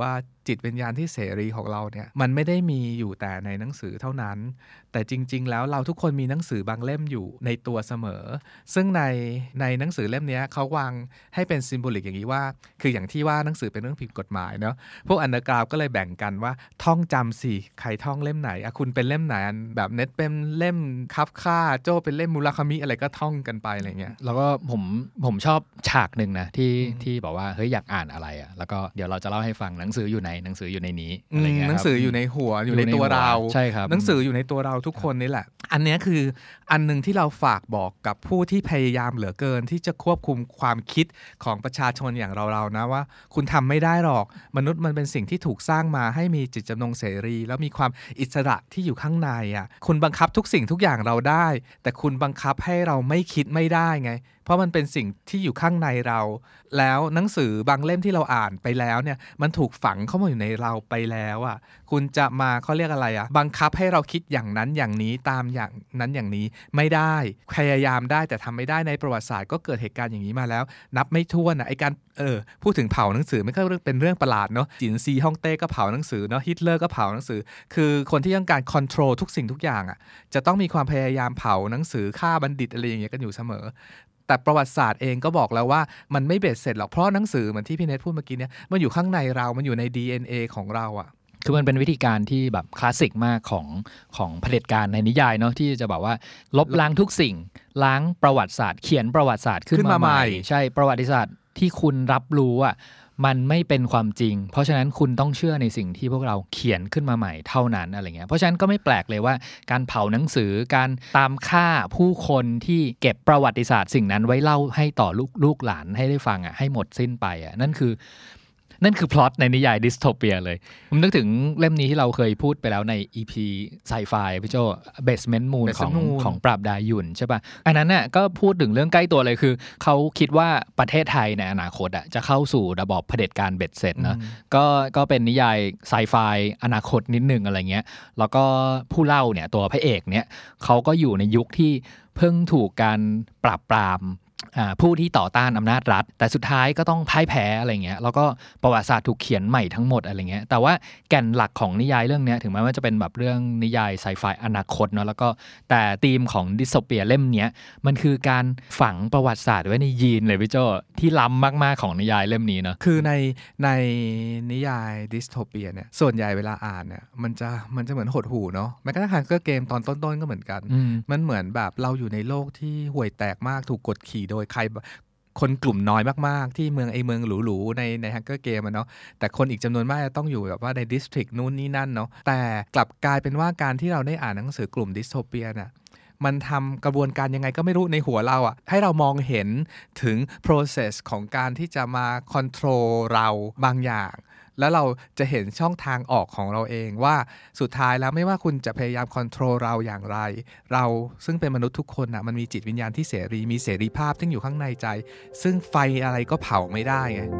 จิตวิญญาณที่เสรีของเราเนี่ยมันไม่ได้มีอยู่แต่ในหนังสือเท่านั้นแต่จริงๆแล้วเราทุกคนมีหนังสือบางเล่มอยู่ในตัวเสมอซึ่งในหนังสือเล่มนี้เขาวางให้เป็นซิมโบลิกอย่างนี้ว่าคืออย่างที่ว่าหนังสือเป็นเรื่องผิดกฎหมายเนาะพวกอันเดอร์กราวด์ก็เลยแบ่งกันว่าท่องจำสิใครท่องเล่มไหนคุณเป็นเล่มไหนแบบเน็ตเป็นเล่มคับค่าโจ้เป็นเล่มมูราคามิอะไรก็ท่องกันไปอะไรเงี้ยแล้วก็ผมชอบฉากหนึ่งนะที่บอกว่าเฮ้ยอยากอ่านอะไรอ่ะแล้วก็เดี๋ยวเราจะเล่าให้ฟังหนังสืออยู่ในนี้อะไรเงี้ยหนังสืออยู่ในหัวอยู่ในตัวเราใช่ครับหนังสืออยู่ในตัวเราทุกคนนี่แหละอันนี้คืออันนึงที่เราฝากบอกกับผู้ที่พยายามเหลือเกินที่จะควบคุมความคิดของประชาชนอย่างเรานะว่าคุณทำไม่ได้หรอกมนุษย์มันเป็นสิ่งที่ถูกสร้างมาให้มีจิตจำนงเสรีแล้วมีความอิสระที่อยู่ข้างในอ่ะคุณบังคับทุกสิ่งทุกอย่างเราได้แต่คุณบังคับให้เราไม่คิดไม่ได้ไงเพราะมันเป็นสิ่งที่อยู่ข้างในเราแล้วหนังสือบางเล่มที่เราอ่านไปแล้วเนี่ยมันถูกฝังเข้ามาอยู่ในเราไปแล้วอ่ะคุณจะมาเขาเรียกอะไรอ่ะบังคับให้เราคิดอย่างนั้นอย่างนี้ตามอย่างนั้นอย่างนี้ไม่ได้พยายามได้แต่ทำไม่ได้ในประวัติศาสตร์ก็เกิดเหตุการณ์อย่างนี้มาแล้วนับไม่ถ้วนนะไอการพูดถึงเผาหนังสือมันก็เป็นเรื่องประหลาดเนาะจินซีฮ่องเต้ก็เผาหนังสือเนาะฮิตเลอร์ก็เผาหนังสือคือคนที่ต้องการคอนโทรลทุกสิ่งทุกอย่างอ่ะจะต้องมีความพยายามเผาหนังสือฆ่าบัณฑิตอะไรอย่างเงี้ยกันอยู่เสมอแต่ประวัติศาสตร์เองก็บอกแล้วว่ามันไม่เบ็ดเสร็จหรอกเพราะหนังสือเหมือนที่พี่เนทพูดเมื่อกี้เนี่ยมันอยู่ข้างในเรามันอยู่ใน DNA ของเราอ่ะคือมันเป็นวิธีการที่แบบคลาสสิกมากของเผด็จการในนิยายเนาะที่จะบอกว่าลบล้างทุกสิ่งล้างประวัติศาสตร์เขียนประวัติศาสตร์ขึ้นมาใหม่ใช่ประวัติศาสตร์ที่คุณรับรู้อ่ะมันไม่เป็นความจริงเพราะฉะนั้นคุณต้องเชื่อในสิ่งที่พวกเราเขียนขึ้นมาใหม่เท่านั้นอะไรเงี้ยเพราะฉะนั้นก็ไม่แปลกเลยว่าการเผาหนังสือการตามฆ่าผู้คนที่เก็บประวัติศาสตร์สิ่งนั้นไว้เล่าให้ต่อลูกหลานให้ได้ฟังอ่ะให้หมดสิ้นไปอ่ะนั่นคือพล็อตในนิยายดิสโทเปียเลยผมนึกถึงเล่มนี้ที่เราเคยพูดไปแล้วใน EP ไซไฟพี่โจ Basement Moon ของปราบดายุนใช่ป่ะอันนั้นน่ะก็พูดถึงเรื่องใกล้ตัวเลยคือเขาคิดว่าประเทศไทยในอนาคตอ่ะจะเข้าสู่ระบอบเผด็จการเบ็ดเสร็จนะก็เป็นนิยายไซไฟอนาคตนิดนึงอะไรเงี้ยแล้วก็ผู้เล่าเนี่ยตัวพระเอกเนี่ยเขาก็อยู่ในยุคที่เพิ่งถูกการปราบปรามผู้ที่ต่อต้านอำนาจรัฐแต่สุดท้ายก็ต้องพ่ายแพ้อะไรเงี้ยแล้วก็ประวัติศาสตร์ถูกเขียนใหม่ทั้งหมดอะไรเงี้ยแต่ว่าแก่นหลักของนิยายเรื่องนี้ถึงแม้ว่าจะเป็นแบบเรื่องนิยายไซไฟอนาคตเนาะแล้วก็แต่ธีมของดิสโทเปียเล่มนี้มันคือการฝังประวัติศาสตร์ไว้ในยีนเลยพี่โจที่ล้ำมากๆของนิยายเล่มนี้เนาะคือในนิยายดิสโทเปียเนี่ยส่วนใหญ่เวลาอ่านเนี่ยมันจะเหมือนหดหู่เนาะแม้กระทั่งฮังเกอร์เกมตอนต้นๆก็เหมือนกันมันเหมือนแบบเราอยู่ในโลกที่ห่วยแตกมากถูกกดขี่โดยใครคนกลุ่มน้อยมากๆที่เมืองหรูๆในฮังเกอร์เกมเนาะแต่คนอีกจำนวนมากต้องอยู่แบบว่าในดิสทริกนู่นนี่นั่นเนาะแต่กลับกลายเป็นว่าการที่เราได้อ่านหนังสือกลุ่มดิสโทเปียน่ะมันทำกระบวนการยังไงก็ไม่รู้ในหัวเราอ่ะให้เรามองเห็นถึง process ของการที่จะมา control เราบางอย่างแล้วเราจะเห็นช่องทางออกของเราเองว่าสุดท้ายแล้วไม่ว่าคุณจะพยายามคอนโทรลเราอย่างไรเราซึ่งเป็นมนุษย์ทุกคนนะมันมีจิตวิญญาณที่เสรีมีเสรีภาพที่อยู่ข้างในใจซึ่งไฟอะไรก็เผาไม่ได้ไง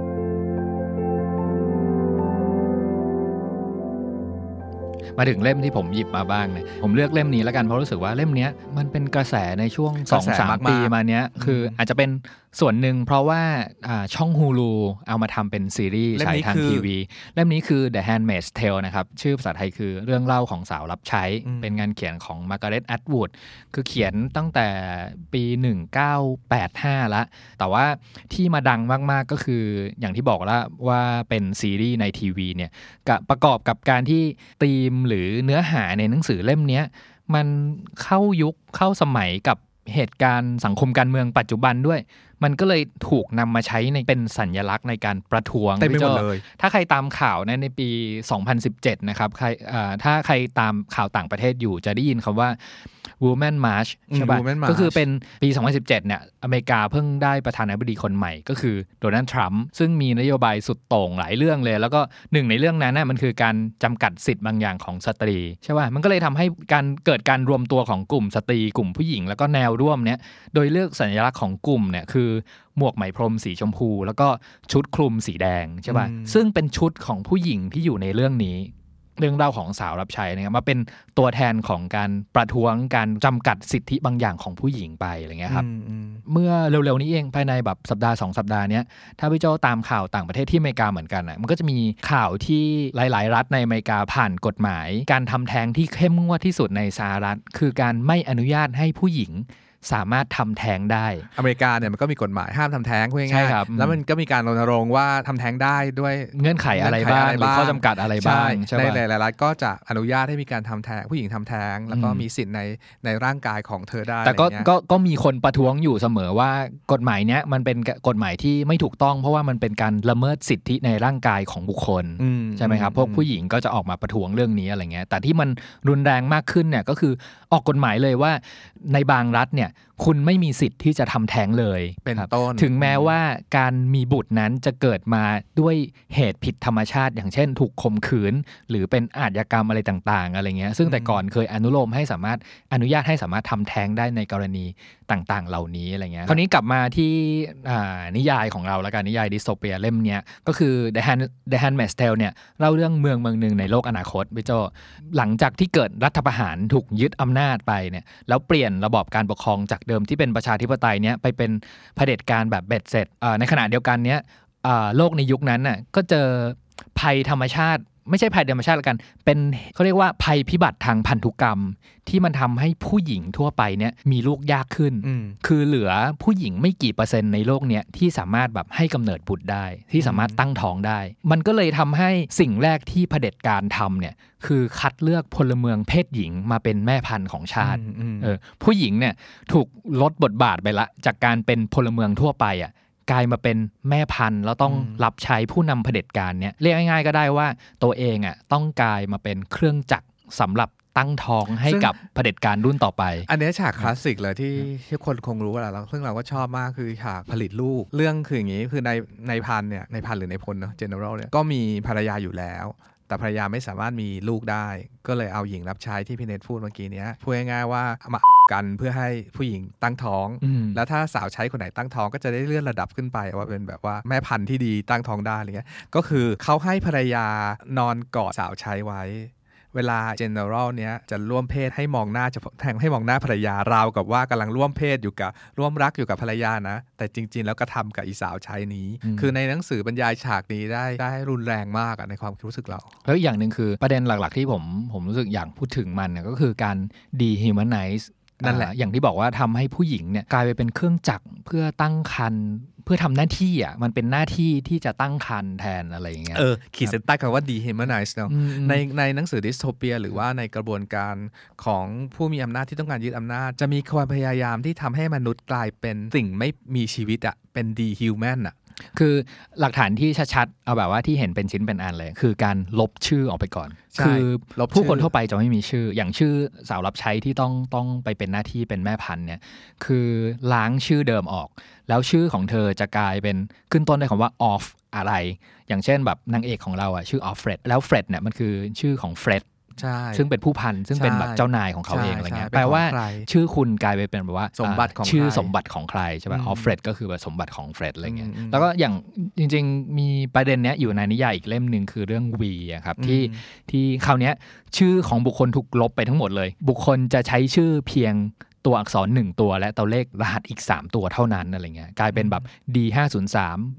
มาถึงเล่มที่ผมหยิบมาบ้างเนี่ยผมเลือกเล่มนี้แล้วกันเพราะรู้สึกว่าเล่มนี้มันเป็นกระแสในช่วง 2-3 ปีมาเนี้ยคืออาจจะเป็นส่วนหนึ่งเพราะว่าช่อง Hulu เอามาทำเป็นซีรีส์ฉายทางทีวีเล่มนี้คือ The Handmaid's Tale นะครับชื่อภาษาไทยคือเรื่องเล่าของสาวรับใช้เป็นงานเขียนของ Margaret Atwood คือเขียนตั้งแต่ปี 1985 แล้วแต่ว่าที่มาดังมากๆก็คืออย่างที่บอกแล้วว่าเป็นซีรีส์ในทีวีเนี่ยประกอบกับการที่ธีมหรือเนื้อหาในหนังสือเล่มนี้มันเข้ายุคเข้าสมัยกับเหตุการณ์สังคมการเมืองปัจจุบันด้วยมันก็เลยถูกนำมาใช้ในเป็นสัญลักษณ์ในการประท้วงไปหมดเลยถ้าใครตามข่าวในปี 2017 นะครับถ้าใครตามข่าวต่างประเทศอยู่จะได้ยินคำว่า Women March ใช่ป่ะก็คือเป็นปี 2017 เนี่ยอเมริกาเพิ่งได้ประธานาธิบดีคนใหม่ก็คือโดนัลด์ทรัมป์ซึ่งมีนโยบายสุดโต่งหลายเรื่องเลยแล้วก็หนึ่งในเรื่องนั้นน่ะมันคือการจำกัดสิทธิ์บางอย่างของสตรีใช่ป่ะมันก็เลยทำให้เกิดการรวมตัวของกลุ่มสตรีกลุ่มผู้หญิงแล้วก็แนวร่วมเนี่ยโดยเลือกสัญลักษณ์ของกลุ่มเนี่ยคือหมวกไหมพรมสีชมพูแล้วก็ชุดคลุมสีแดงใช่ป่ะซึ่งเป็นชุดของผู้หญิงที่อยู่ในเรื่องนี้เรื่องเล่าของสาวรับใช้นะครับมาเป็นตัวแทนของการประท้วงการจำกัดสิทธิบางอย่างของผู้หญิงไปอะไรเงี้ยครับเมื่อเร็วๆนี้เองภายในแบบสัปดาห์2สัปดาห์นี้ถ้าพี่โจตามข่าวต่างประเทศที่อเมริกาเหมือนกันอ่ะมันก็จะมีข่าวที่หลายๆรัฐในอเมริกาผ่านกฎหมายการทำแท้งที่เข้มงวดที่สุดในสหรัฐคือการไม่อนุญาตให้ผู้หญิงสามารถทำแท้งได้อเมริกาเนี่ยมันก็มีกฎหมายห้ามทำแท้งง่ายๆแล้วมันก็มีการรณรงค์ว่าทำแท้งได้ด้วยเงื่อนไขอะไรบ้างหรือข้อจำกัดอะไรบ้างในหลายๆรัฐก็จะอนุญาตให้มีการทำแท้งผู้หญิงทำแท้งแล้วก็มีสิทธิ์ในร่างกายของเธอได้แต่ก็มีคนประท้วงอยู่เสมอว่ากฎหมายเนี้ยมันเป็นกฎหมายที่ไม่ถูกต้องเพราะว่ามันเป็นการละเมิดสิทธิในร่างกายของบุคคลใช่ไหมครับพวกผู้หญิงก็จะออกมาประท้วงเรื่องนี้อะไรเงี้ยแต่ที่มันรุนแรงมากขึ้นเนี่ยก็คือออกกฎหมายเลยว่าในบางรัฐเนี่ยคุณไม่มีสิทธิ์ที่จะทำแท้งเลยเป็นต้นถึงแม้ว่าการมีบุตรนั้นจะเกิดมาด้วยเหตุผิดธรรมชาติอย่างเช่นถูกข่มขืนหรือเป็นอาชญากรรมอะไรต่างๆอะไรเงี้ยซึ่งแต่ก่อนเคยอนุญาตให้สามารถทำแท้งได้ในกรณีต่างๆเหล่านี้อะไรเงี้ยคราวนี้กลับมาที่นิยายของเราแล้วกันนิยายดิสโทเปียเล่มเนี้ยก็คือ The Handmaid's Tale เนี่ยเล่าเรื่องเมืองนึงในโลกอนาคตพี่โจหลังจากที่เกิดรัฐประหารถูกยึดอำนาจไปเนี่ยแล้วเปลี่ยนระบอบการปกครองจากเดิมที่เป็นประชาธิปไตยเนี่ยไปเป็นเผด็จการแบบเบ็ดเสร็จในขณะเดียวกันเนี้ยโลกในยุคนั้นน่ะก็เจอภัยธรรมชาติไม่ใช่ภัยธรรมชาติละกันเป็นเขาเรียกว่าภัยพิบัติทางพันธุกรรมที่มันทำให้ผู้หญิงทั่วไปเนี่ยมีลูกยากขึ้นคือเหลือผู้หญิงไม่กี่เปอร์เซ็นต์ในโลกเนี้ยที่สามารถแบบให้กำเนิดบุตรได้ที่สามารถตั้งท้องได้มันก็เลยทำให้สิ่งแรกที่เผด็จการทำเนี่ยคือคัดเลือกพลเมืองเพศหญิงมาเป็นแม่พันธุ์ของชาติผู้หญิงเนี่ยถูกลดบทบาทไปละจากการเป็นพลเมืองทั่วไปอ่ะกลายมาเป็นแม่พันธุ์แล้วต้องรับใช้ผู้นำเผด็จการเนี่ยเรียกง่ายๆก็ได้ว่าตัวเองอ่ะต้องกลายมาเป็นเครื่องจักรสำหรับตั้งท้องให้กับเผด็จการรุ่นต่อไปอันนี้ฉากคลาสสิกเลยที่คนคงรู้แหละซึ่งเราก็ชอบมากคือฉากผลิตลูกเรื่องคืออย่างนี้คือในพันเนี่ยในพันหรือในพลเนาะ general เนี่ยก็มีภรรยาอยู่แล้วแต่ภรรยาไม่สามารถมีลูกได้ก็เลยเอาหญิงรับใช้ที่พี่เนทพูดเมื่อกี้นี้พูดง่ายๆว่ามากันเพื่อให้ผู้หญิงตั้งท้องแล้วถ้าสาวใช้คนไหนตั้งท้องก็จะได้เลื่อนระดับขึ้นไปว่าเป็นแบบว่าแม่พันธุ์ที่ดีตั้งท้องได้อะไรเงี้ยก็คือเขาให้ภรรยานอนกอดสาวใช้ไว้เวลา general เนี้ยจะร่วมเพศให้มองหน้าให้มองหน้าภรรยาราวกับว่ากำลังร่วมเพศอยู่กับร่วมรักอยู่กับภรรยานะแต่จริงๆแล้วก็ทำกับอีสาวใช้นี้คือในหนังสือบรรยายฉากนี้ได้รุนแรงมากในความรู้สึกเราแล้วอย่างหนึ่งคือประเด็นหลักๆที่ผมรู้สึกอยากพูดถึงมันก็คือการ dehumanize นั่นแหละอย่างที่บอกว่าทำให้ผู้หญิงเนี่ยกลายไปเป็นเครื่องจักรเพื่อตั้งครรภ์เพื่อทำหน้าที่มันเป็นหน้าที่ที่จะตั้งครรภ์แทนอะไรอย่างเงี้ยขีดเส้นใต้คำว่า dehumanize เนาะในหนังสือดิสโทเปียหรือว่าในกระบวนการของผู้มีอำนาจที่ต้องการยึดอำนาจจะมีความพยายามที่ทำให้มนุษย์กลายเป็นสิ่งไม่มีชีวิตเป็น dehuman คือหลักฐานที่ชัดๆเอาแบบว่าที่เห็นเป็นชิ้นเป็นอันเลยคือการลบชื่อออกไปก่อนคือผู้คนทั่วไปจะไม่มีชื่ออย่างชื่อสาวรับใช้ที่ต้องไปเป็นหน้าที่เป็นแม่พันธุ์เนี่ยคือล้างชื่อเดิมออกแล้วชื่อของเธอจะกลายเป็นขึ้นต้นด้วยคำว่า off อะไรอย่างเช่นแบบนางเอกของเราชื่อ Alfred แล้ว Fred เนี่ยมันคือชื่อของ Fredซึ่งเป็นผู้พันซึ่งเป็นแบบเจ้านายของเขาเองอะไรเงี้ยแปลว่าชื่อคุณกลายไปเป็นแบบว่าสมบัติของชื่อสมบัติของใครใช่ป่ะออฟเฟรดก็คือแบบสมบัติของเฟรดอะไรเงี้ยแล้วก็อย่างจริงๆมีประเด็นเนี้ยอยู่ในนิยายอีกเล่มนึงคือเรื่องวีครับที่คราวเนี้ยชื่อของบุคคลถูกลบไปทั้งหมดเลยบุคคลจะใช้ชื่อเพียงตัวอักษร1ตัวและตัวเลขรหัสอีก3ตัวเท่านั้นอะไรเงี้ยกลายเป็นแบบ D503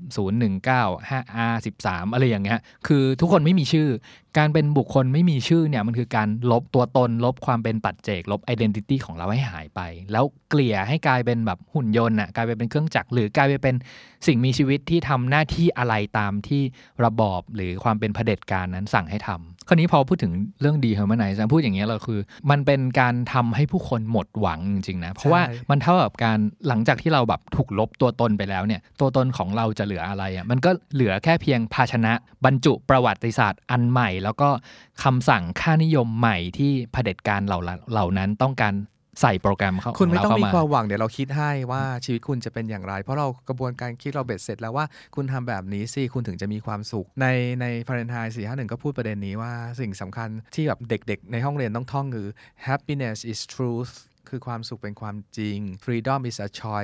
019 5R13 อะไรอย่างเงี้ยคือทุกคนไม่มีชื่อการเป็นบุคคลไม่มีชื่อเนี่ยมันคือการลบตัวตนลบความเป็นปัจเจกลบ identity ของเราให้หายไปแล้วเกลี่ยให้กลายเป็นแบบหุ่นยนต์กลายไปเป็นเครื่องจักรหรือกลายไปเป็นสิ่งมีชีวิตที่ทำหน้าที่อะไรตามที่ระบอบหรือความเป็นเผด็จการนั้นสั่งให้ทำคราวนี้พอพูดถึงเรื่อง dehumanize พูดอย่างเงี้ยเราคือมันเป็นการทำให้ผู้คนหมดหวังจริงๆนะเพราะว่ามันเท่ากับการหลังจากที่เราแบบถูกลบตัวตนไปแล้วเนี่ยตัวตนของเราจะเหลืออะไรมันก็เหลือแค่เพียงภาชนะบรรจุประวัติศาสตร์อันใหม่แล้วก็คำสั่งค่านิยมใหม่ที่เผด็จการเหล่านั้นต้องการใส่โปรแกรมเข้าคุณไม่ต้องมีความหวังเดี๋ยวเราคิดให้ว่าชีวิตคุณจะเป็นอย่างไรเพราะเรากระบวนการคิดเราเบ็ดเสร็จแล้วว่าคุณทำแบบนี้สิคุณถึงจะมีความสุขในฟาเรนไฮต์451ก็พูดประเด็นนี้ว่าสิ่งสำคัญที่แบบเด็กๆในห้องเรียนต้องท่องคือ happiness is truth คือความสุขเป็นความจริง freedom is a choice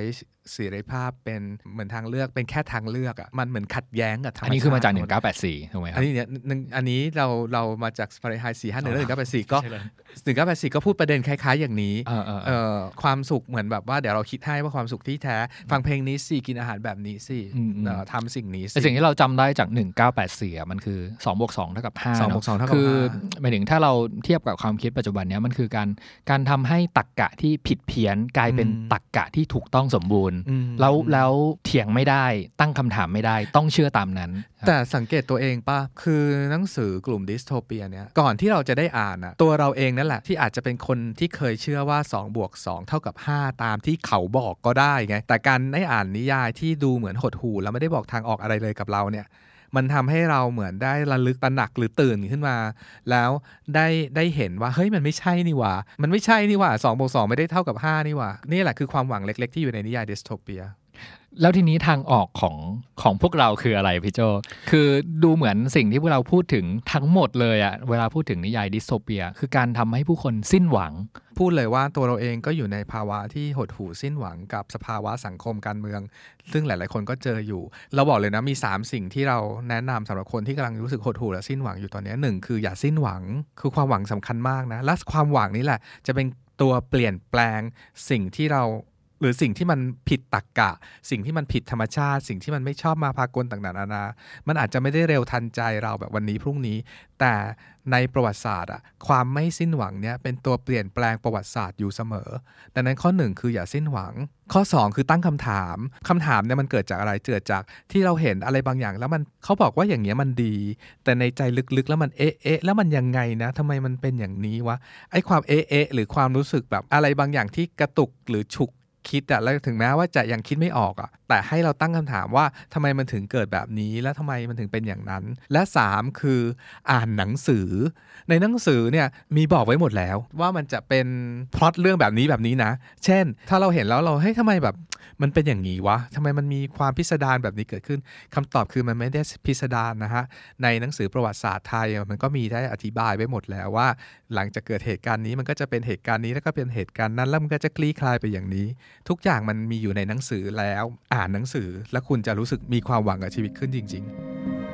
เสรีภาพเป็นเหมือนทางเลือกเป็นแค่ทางเลือกอ่ะมันเหมือนขัดแย้งกับธรรมชาติอันนี้คือมาจาก1984ถูกไหมครับอันนี้เรามาจากฟาเรนไฮต์451และ1984ก็1984ก็พูดประเด็นคล้ายๆอย่างนี้ความสุขเหมือนแบบว่าเดี๋ยวเราคิดให้ว่าความสุขที่แท้ฟังเพลงนี้สิกินอาหารแบบนี้สิทำสิ่งนี้สิสิ่งที่เราจำได้จาก1984มันคือ2 บวก 2 เท่ากับ5 2 บวก 2 เท่ากับ5 คือหมายถึงถ้าเราเทียบกับความคิดปัจจุบันนี้มันคือการทำให้ตรรกะที่ผิดเพี้ยนกลายเป็นตรรกะที่ถูกต้องสมบูรณ์แล้วเถียงไม่ได้ตั้งคำถามไม่ได้ต้องเชื่อตามนั้นแต่สังเกตตัวเองป่ะคือหนังสือกลุ่มดิสโทเปียเนี่ยก่อนที่เราจะได้อ่านอ่ะตัวเราเองนั่นแหละที่อาจจะเป็นคนที่เคยเชื่อว่า2 บวก 2 เท่ากับ5ตามที่เขาบอกก็ได้ไงแต่การได้อ่านนิยายที่ดูเหมือนหดหู่แล้วไม่ได้บอกทางออกอะไรเลยกับเราเนี่ยมันทำให้เราเหมือนได้ระลึกตระหนักหรือตื่นขึ้นมาแล้วได้เห็นว่าเฮ้ยมันไม่ใช่นี่หว่ามันไม่ใช่นี่หว่า2 บวก 2ไม่ได้เท่ากับ5นี่หว่านี่แหละคือความหวังเล็กๆที่อยู่ในนิยายดิสโทเปียแล้วทีนี้ทางออกของพวกเราคืออะไรพี่โจคือดูเหมือนสิ่งที่พวกเราพูดถึงทั้งหมดเลยอะเวลาพูดถึงนิยายดิสโทเปียคือการทำให้ผู้คนสิ้นหวังพูดเลยว่าตัวเราเองก็อยู่ในภาวะที่หดหู่สิ้นหวังกับสภาวะสังคมการเมืองซึ่งหลายๆคนก็เจออยู่เราบอกเลยนะมี3สิ่งที่เราแนะนำสำหรับคนที่กำลังรู้สึกหดหู่และสิ้นหวังอยู่ตอนนี้1คืออย่าสิ้นหวังคือความหวังสำคัญมากนะและความหวังนี่แหละจะเป็นตัวเปลี่ยนแปลงสิ่งที่เราหรือสิ่งที่มันผิดตรรกะสิ่งที่มันผิดธรรมชาติสิ่งที่มันไม่ชอบมาพากลต่างๆนานามันอาจจะไม่ได้เร็วทันใจเราแบบวันนี้พรุ่งนี้แต่ในประวัติศาสตร์ความไม่สิ้นหวังเนี่ยเป็นตัวเปลี่ยนแปลงประวัติศาสตร์อยู่เสมอดังนั้นข้อ1คืออย่าสิ้นหวังข้อ2คือตั้งคำถามเนี่ยมันเกิดจากอะไรเกิดจากที่เราเห็นอะไรบางอย่างแล้วมันเขาบอกว่าอย่างเงี้ยมันดีแต่ในใจลึกๆแล้วมันเอ๊ะแล้วมันยังไงนะทำไมมันเป็นอย่างนี้วะไอ้ความเอ๊ะหรือความรู้สึกแบบอะไรบางอย่างที่กระตุกหรือฉุกคิดแล้วถึงแม้ว่าจะยังคิดไม่ออกแต่ให้เราตั้งคำถามว่าทำไมมันถึงเกิดแบบนี้และทำไมมันถึงเป็นอย่างนั้นและ3คืออ่านหนังสือในหนังสือเนี่ยมีบอกไว้หมดแล้วว่ามันจะเป็นพล็อตเรื่องแบบนี้นะเช่นถ้าเราเห็นแล้วเราเฮ้ยทำไมแบบมันเป็นอย่างนี้วะทำไมมันมีความพิสดารแบบนี้เกิดขึ้นคำตอบคือมันไม่ได้พิสดารนะฮะในหนังสือประวัติศาสตร์ไทยมันก็มีได้อธิบายไว้หมดแล้วว่าหลังจากเกิดเหตุการณ์นี้มันก็จะเป็นเหตุการณ์นี้แล้วก็เป็นเหตุการณ์นั้นแล้วมันก็จะคลี่คลายไปอย่างนี้ทุกอย่างมันมีอยู่ในหนังสือแล้วอ่านหนังสือแล้วคุณจะรู้สึกมีความหวังกับชีวิตขึ้นจริงๆ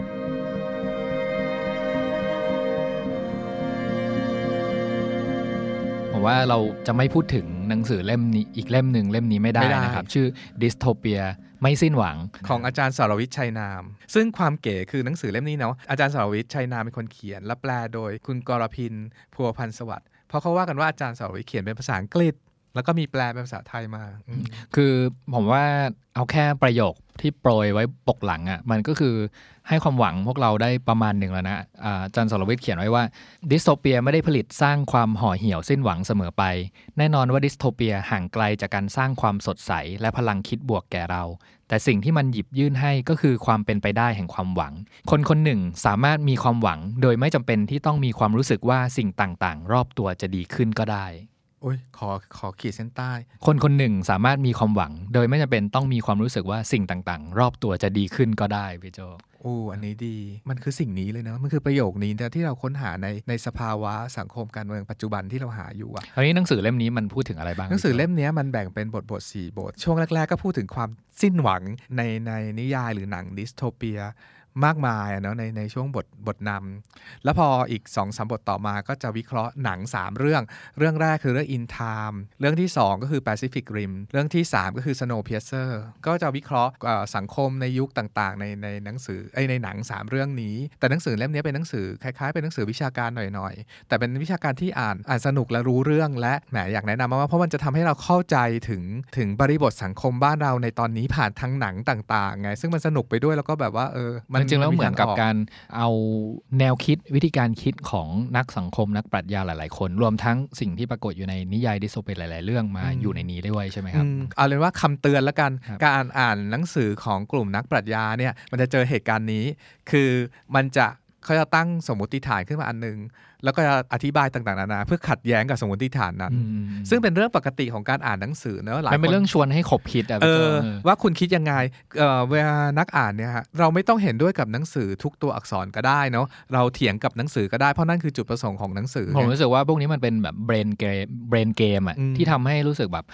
ผมว่าเราจะไม่พูดถึงหนังสือเล่มนี้อีกเล่มหนึ่งเล่มนี้ไม่ได้นะครับชื่อ Dystopia ไม่สิ้นหวังของอาจารย์สรวิทย์ชัยนามซึ่งความเก๋คือหนังสือเล่มนี้เนาะอาจารย์สรวิทย์ชัยนามเป็นคนเขียนและแปลโดยคุณกรพินพัวพันธ์สวัสดิ์เพราะเขาว่ากันว่าอาจารย์สรวิทย์เขียนเป็นภาษาอังกฤษแล้วก็มีแปลเป็นภาษาไทยมาคือผมว่าเอาแค่ประโยคที่โปรยไว้ปกหลังมันก็คือให้ความหวังพวกเราได้ประมาณหนึ่งแล้วนะอาจารย์สรวิทย์เขียนไว้ว่าดิสโทเปียไม่ได้ผลิตสร้างความห่อเหี่ยวสิ้นหวังเสมอไปแน่นอนว่าดิสโทเปียห่างไกลจากการสร้างความสดใสและพลังคิดบวกแก่เราแต่สิ่งที่มันหยิบยื่นให้ก็คือความเป็นไปได้แห่งความหวังคนคนหนึ่งสามารถมีความหวังโดยไม่จำเป็นที่ต้องมีความรู้สึกว่าสิ่งต่างๆรอบตัวจะดีขึ้นก็ได้โอ้ยขอขีดเส้นใต้คนคนหนึ่งสามารถมีความหวังโดยไม่จำเป็นต้องมีความรู้สึกว่าสิ่งต่างๆรอบตัวจะดีขึ้นก็ได้พี่โจอันนี้ดีมันคือสิ่งนี้เลยนะมันคือประโยคนี้ที่เราค้นหาในสภาวะสังคมการเมืองปัจจุบันที่เราหาอยู่คราวนี้หนังสือเล่มนี้มันพูดถึงอะไรบ้างหนังสือเล่มนี้มันแบ่งเป็นบท4 บทช่วงแรกๆก็พูดถึงความสิ้นหวังในนิยายหรือหนังดิสโทเปียมากมายเนาะในช่วงบทนำแล้วพออีก 2-3 บทต่อมาก็จะวิเคราะห์หนัง3เรื่องแรกคือเรื่อง In Time เรื่องที่2ก็คือ Pacific Rim เรื่องที่3ก็คือ Snowpiercer ก็จะวิเคราะห์สังคมในยุคต่างๆในหนังสือในหนัง3เรื่องนี้แต่หนังสือเล่มนี้เป็นหนังสือคล้ายๆเป็นหนังสือวิชาการหน่อยๆแต่เป็นวิชาการที่อ่านสนุกและรู้เรื่องและแหมอยากแนะนำมากๆเพราะมันจะทำให้เราเข้าใจถึงบริบทสังคมบ้านเราในตอนนี้ผ่านทั้งหนังต่างๆไงซึ่งมันสนุกไปด้วยแล้วก็แบบว่ามันจริงแล้วเหมือนกับการเอาแนวคิดวิธีการคิดของนักสังคมนักปรัชญาหลายๆคนรวมทั้งสิ่งที่ปรากฏอยู่ในนิยายดิสโทเปียหลายๆเรื่องมาอยู่ในนี้ด้วยใช่ไหมครับเอาเลยว่าคำเตือนแล้วกันการอ่านหนังสือของกลุ่มนักปรัชญาเนี่ยมันจะเจอเหตุการณ์นี้คือเขาจะตั้งสมมติฐานขึ้นมาอันนึงแล้วก็อธิบายต่างๆนานาเพื่อขัดแย้งกับสมมติฐานนั้นซึ่งเป็นเรื่องปกติของการอ่านหนังสือเนอะหลายคนเป็นเรื่องชวนให้ขบคิดว่าคุณคิดยังไงเวลานักอ่านเนี่ยฮะเราไม่ต้องเห็นด้วยกับหนังสือทุกตัวอักษรก็ได้เนาะเราเถียงกับหนังสือก็ได้เพราะนั่นคือจุดประสงค์ของหนังสือผมรู้สึกว่าพวกนี้มันเป็นแบบเบรนเกมที่ทำให้รู้สึกแบบ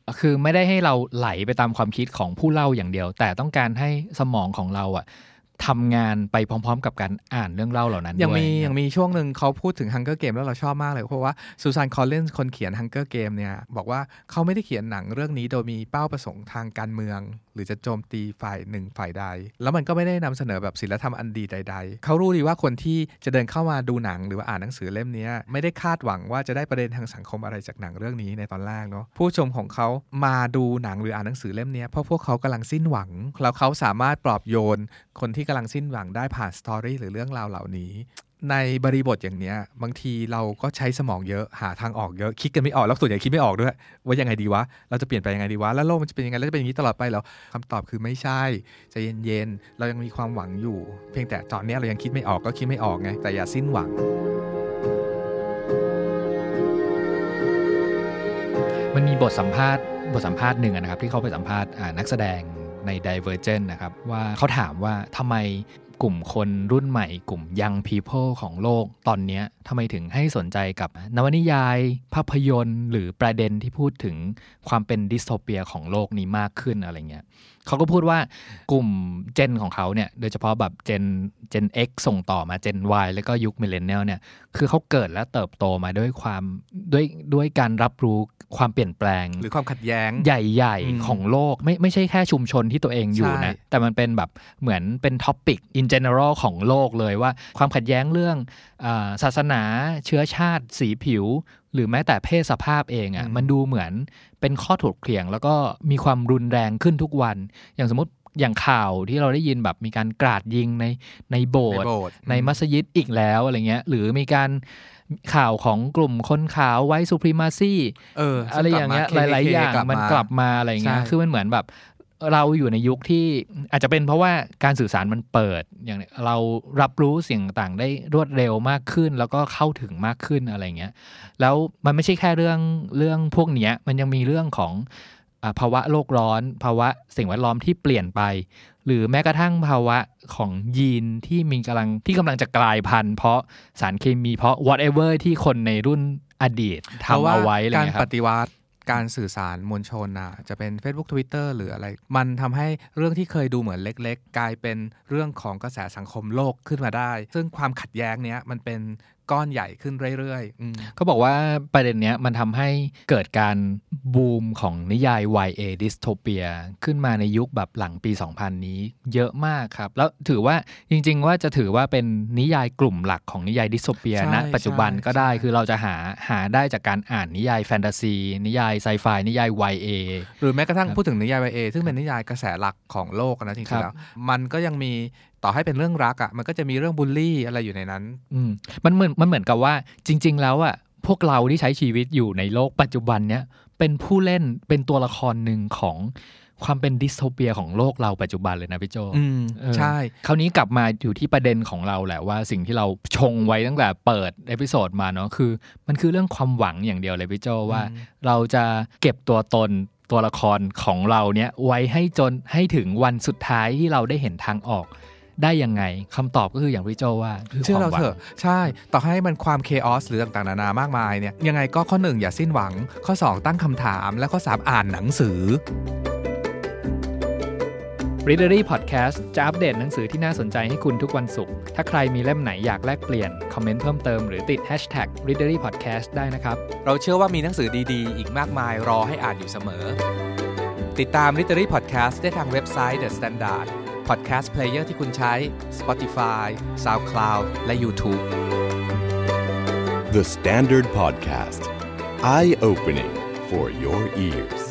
คือไม่ได้ให้เราไหลไปตามความคิดของผู้เล่าอย่างเดียวแต่ต้องการให้สมองของเราอะทำงานไปพร้อมๆกับการอ่านเรื่องเล่าเหล่านั้นด้วยยังมีช่วงหนึ่งเขาพูดถึง Hunger Game แล้วเราชอบมากเลยเพราะว่าซูซานคอลลินส์คนเขียน Hunger Game เนี่ยบอกว่าเขาไม่ได้เขียนหนังเรื่องนี้โดยมีเป้าประสงค์ทางการเมืองหรือจะโจมตีฝ่ายหนึ่งฝ่ายใดแล้วมันก็ไม่ได้นำเสนอแบบศีลธรรมอันดีใดๆเขารู้ดีว่าคนที่จะเดินเข้ามาดูหนังหรือว่าอ่านหนังสือเล่มนี้ไม่ได้คาดหวังว่าจะได้ประเด็นทางสังคมอะไรจากหนังเรื่องนี้ในตอนแรกเนาะผู้ชมของเขามาดูหนังหรืออ่านหนังสือเล่มนี้เพราะพวกเขากำลังสิ้นหวังแล้วเขาสามารถปลอบโยนคนที่กำลังสิ้นหวังได้ผ่านสตอรี่หรือเรื่องราวเหล่านี้ในบริบทอย่างเนี้ยบางทีเราก็ใช้สมองเยอะหาทางออกเยอะคิดกันไม่ออกแล้วส่วนใหญ่คิดไม่ออกด้วยว่ายังไงดีวะเราจะเปลี่ยนไปยังไงดีวะแล้วโลกมันจะเป็นยังไงแล้วจะเป็นอย่างนี้ตลอดไปเหรอคำตอบคือไม่ใช่ใจเย็นๆเรายังมีความหวังอยู่เพียงแต่ตอนนี้เรายังคิดไม่ออกก็คิดไม่ออกไงแต่อย่าสิ้นหวังมันมีบทสัมภาษณ์หนึ่งนะครับที่เขาไปสัมภาษณ์นักแสดงใน Divergent นะครับว่าเขาถามว่าทำไมกลุ่มคนรุ่นใหม่กลุ่ม Young People ของโลกตอนนี้ทำไมถึงให้สนใจกับนวนิยายภาพยนตร์หรือประเด็นที่พูดถึงความเป็นดิสโทเปียของโลกนี้มากขึ้นอะไรเงี้ยเขาก็พูดว่ากลุ่มเจนของเขาเนี่ยโดยเฉพาะแบบเจน X ส่งต่อมาเจน Y แล้วก็ยุคมิลเลนเนียลเนี่ยคือเขาเกิดและเติบโตมาด้วยการรับรู้ความเปลี่ยนแปลงหรือความขัดแย้งใหญ่ๆของโลกไม่ใช่แค่ชุมชนที่ตัวเองอยู่นะแต่มันเป็นแบบเหมือนเป็นท็อปิก in general ของโลกเลยว่าความขัดแย้งเรื่องศาสนาเชื้อชาติสีผิวหรือแม้แต่เพศสภาพเองมันดูเหมือนเป็นข้อถกเถียงแล้วก็มีความรุนแรงขึ้นทุกวันอย่างสมมติอย่างข่าวที่เราได้ยินแบบมีการกราดยิงในโบสถ์ในมัสยิดอีกแล้วอะไรเงี้ยหรือมีการข่าวของกลุ่มคนขาวไวท์ซูพรีมาซีอะไรอย่างเงี้ยหลายๆอย่างมันกลับมาอะไรเงี้ยคือมันเหมือนแบบเราอยู่ในยุคที่อาจจะเป็นเพราะว่าการสื่อสารมันเปิดอย่างเรารับรู้สิ่งต่างได้รวดเร็วมากขึ้นแล้วก็เข้าถึงมากขึ้นอะไรเงี้ยแล้วมันไม่ใช่แค่เรื่องพวกเนี้ยมันยังมีเรื่องของภาวะโลกร้อนภาวะสิ่งแวดล้อมที่เปลี่ยนไปหรือแม้กระทั่งภาวะของยีนที่กำลังจะกลายพันธุ์เพราะสารเคมีเพราะ whatever ที่คนในรุ่นอดีตทำเอาไว้อะไรเงี้ยครับการปฏิวัติการสื่อสารมวลชนจะเป็น Facebook Twitter หรืออะไรมันทำให้เรื่องที่เคยดูเหมือนเล็กๆกลายเป็นเรื่องของกระแสสังคมโลกขึ้นมาได้ซึ่งความขัดแย้งเนี้ยมันเป็นก้อนใหญ่ขึ้นเรื่อยๆเขาบอกว่าประเด็นเนี้ยมันทำให้เกิดการบูมของนิยาย YA dystopia ขึ้นมาในยุคแบบหลังปี 2000 นี้เยอะมากครับแล้วถือว่าจริงๆว่าจะถือว่าเป็นนิยายกลุ่มหลักของนิยายดิสโทเปียณปัจจุบันก็ได้คือเราจะหาได้จากการอ่านนิยายแฟนตาซีนิยายไซไฟนิยาย YA หรือแม้กระทั่งพูดถึงนิยาย YA ซึ่งเป็นนิยายกระแสหลักของโลกนะจริงๆแล้วมันก็ยังมีต่อให้เป็นเรื่องรักมันก็จะมีเรื่องบูลลี่อะไรอยู่ในนั้นมันเหมือนกับว่าจริงๆแล้วพวกเราที่ใช้ชีวิตอยู่ในโลกปัจจุบันเนี้ยเป็นผู้เล่นเป็นตัวละครหนึ่งของความเป็นดิสโทเปียของโลกเราปัจจุบันเลยนะพี่โจใช่คราวนี้กลับมาอยู่ที่ประเด็นของเราแหละว่าสิ่งที่เราชงไว้ตั้งแต่เปิดเอพิโซดมาเนาะคือมันคือเรื่องความหวังอย่างเดียวเลยพี่โจว่าเราจะเก็บตัวตนตัวละครของเราเนี้ยไว้ให้ถึงวันสุดท้ายที่เราได้เห็นทางออกได้ยังไงคำตอบก็คืออย่างพี่โจว่าเชื่อเราเถอะใช่ต่อให้มันความเคออสหรือต่างๆนานามากมายเนี่ยยังไงก็ข้อ1อย่าสิ้นหวังข้อ2ตั้งคำถามและข้อ3อ่านหนังสือ Readery Podcast จะอัปเดตหนังสือที่น่าสนใจให้คุณทุกวันศุกร์ถ้าใครมีเล่มไหนอยากแลกเปลี่ยนคอมเมนต์เพิ่มเติมหรือติด Hashtag Readery Podcast ได้นะครับเราเชื่อว่ามีหนังสือดีๆอีกมากมายรอให้อ่านอยู่เสมอติดตาม Readery Podcast ได้ทางเว็บไซต์ The Standard Podcast Player ที่คุณใช้ Spotify, SoundCloud และ YouTube The Standard Podcast Eye Opening for your ears